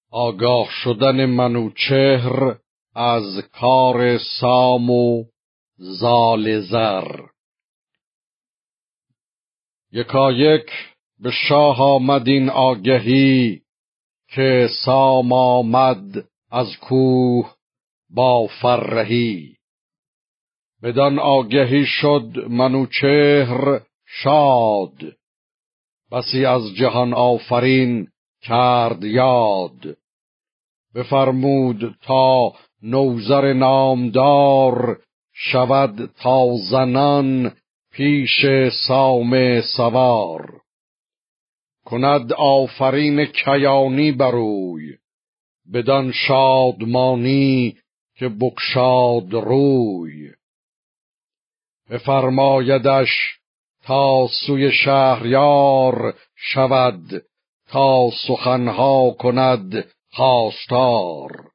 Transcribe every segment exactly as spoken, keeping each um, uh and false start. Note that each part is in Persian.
آگاه شدن منوچهر از کار سام و زال زر. یکایک به شاه آمد این آگهی، که سام آمد از کوه با فرهی. بدان آگهی شد منوچهر شاد، بسی از جهان آفرین کرد یاد. بفرمود تا نوذر نامدار، شود تا زنان پیش سام سوار. کند آفرین کیانی بروی، بدان شادمانی که بگشاد روی. بفرمایدش تا سوی شهریار شود، تا سخنها کند خواستار.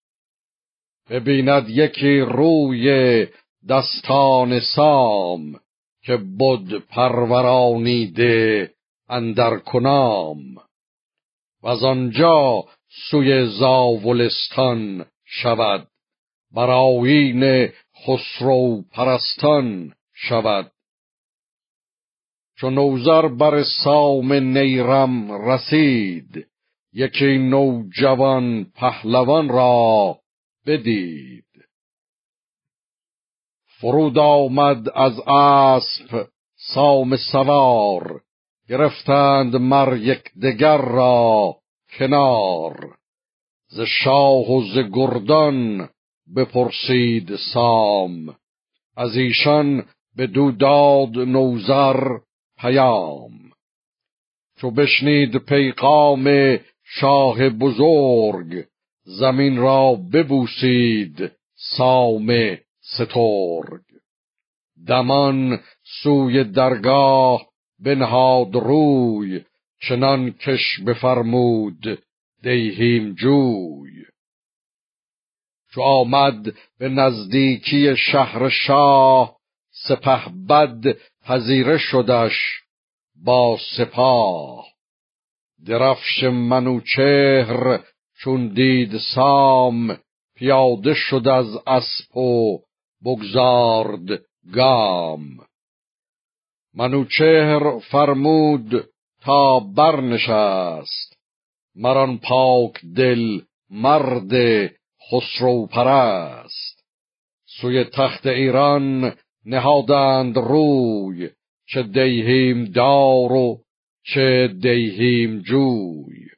ببیند یکی روی دستان سام، که بد پرورانیده اندر کنام. وز آنجا سوی زاولستان شود، بر آیین خسرو پرستان شود. چون نوذر بر سام نیرم رسید، یکی نوجوان پهلوان را بدید. فرود آمد از اسپ سام سوار، گرفتند مر یکدیگر را کنار. ز شاه و ز گردان بپرسید سام، از ایشان بدو داد نوذر پیام. چو بشنید پیغام شاه بزرگ، زمین را ببوسید سام سترگ. دمان سوی درگاه بنهاد روی، چنان کش بفرمود دیهیم جوی. چو آمد به نزدیکی شهر شاه، سپهبد پذیره شدش با سپاه. درفش منوچهر چون دید سام، پیاده شد از اسپ و بگذارد گام. منوچهر فرمود تا برنشست، مران پاک دل مرد خسرو پرست. سوی تخت ایران نهادند روی، چه دیهیم دار و چه دیهیم جوی.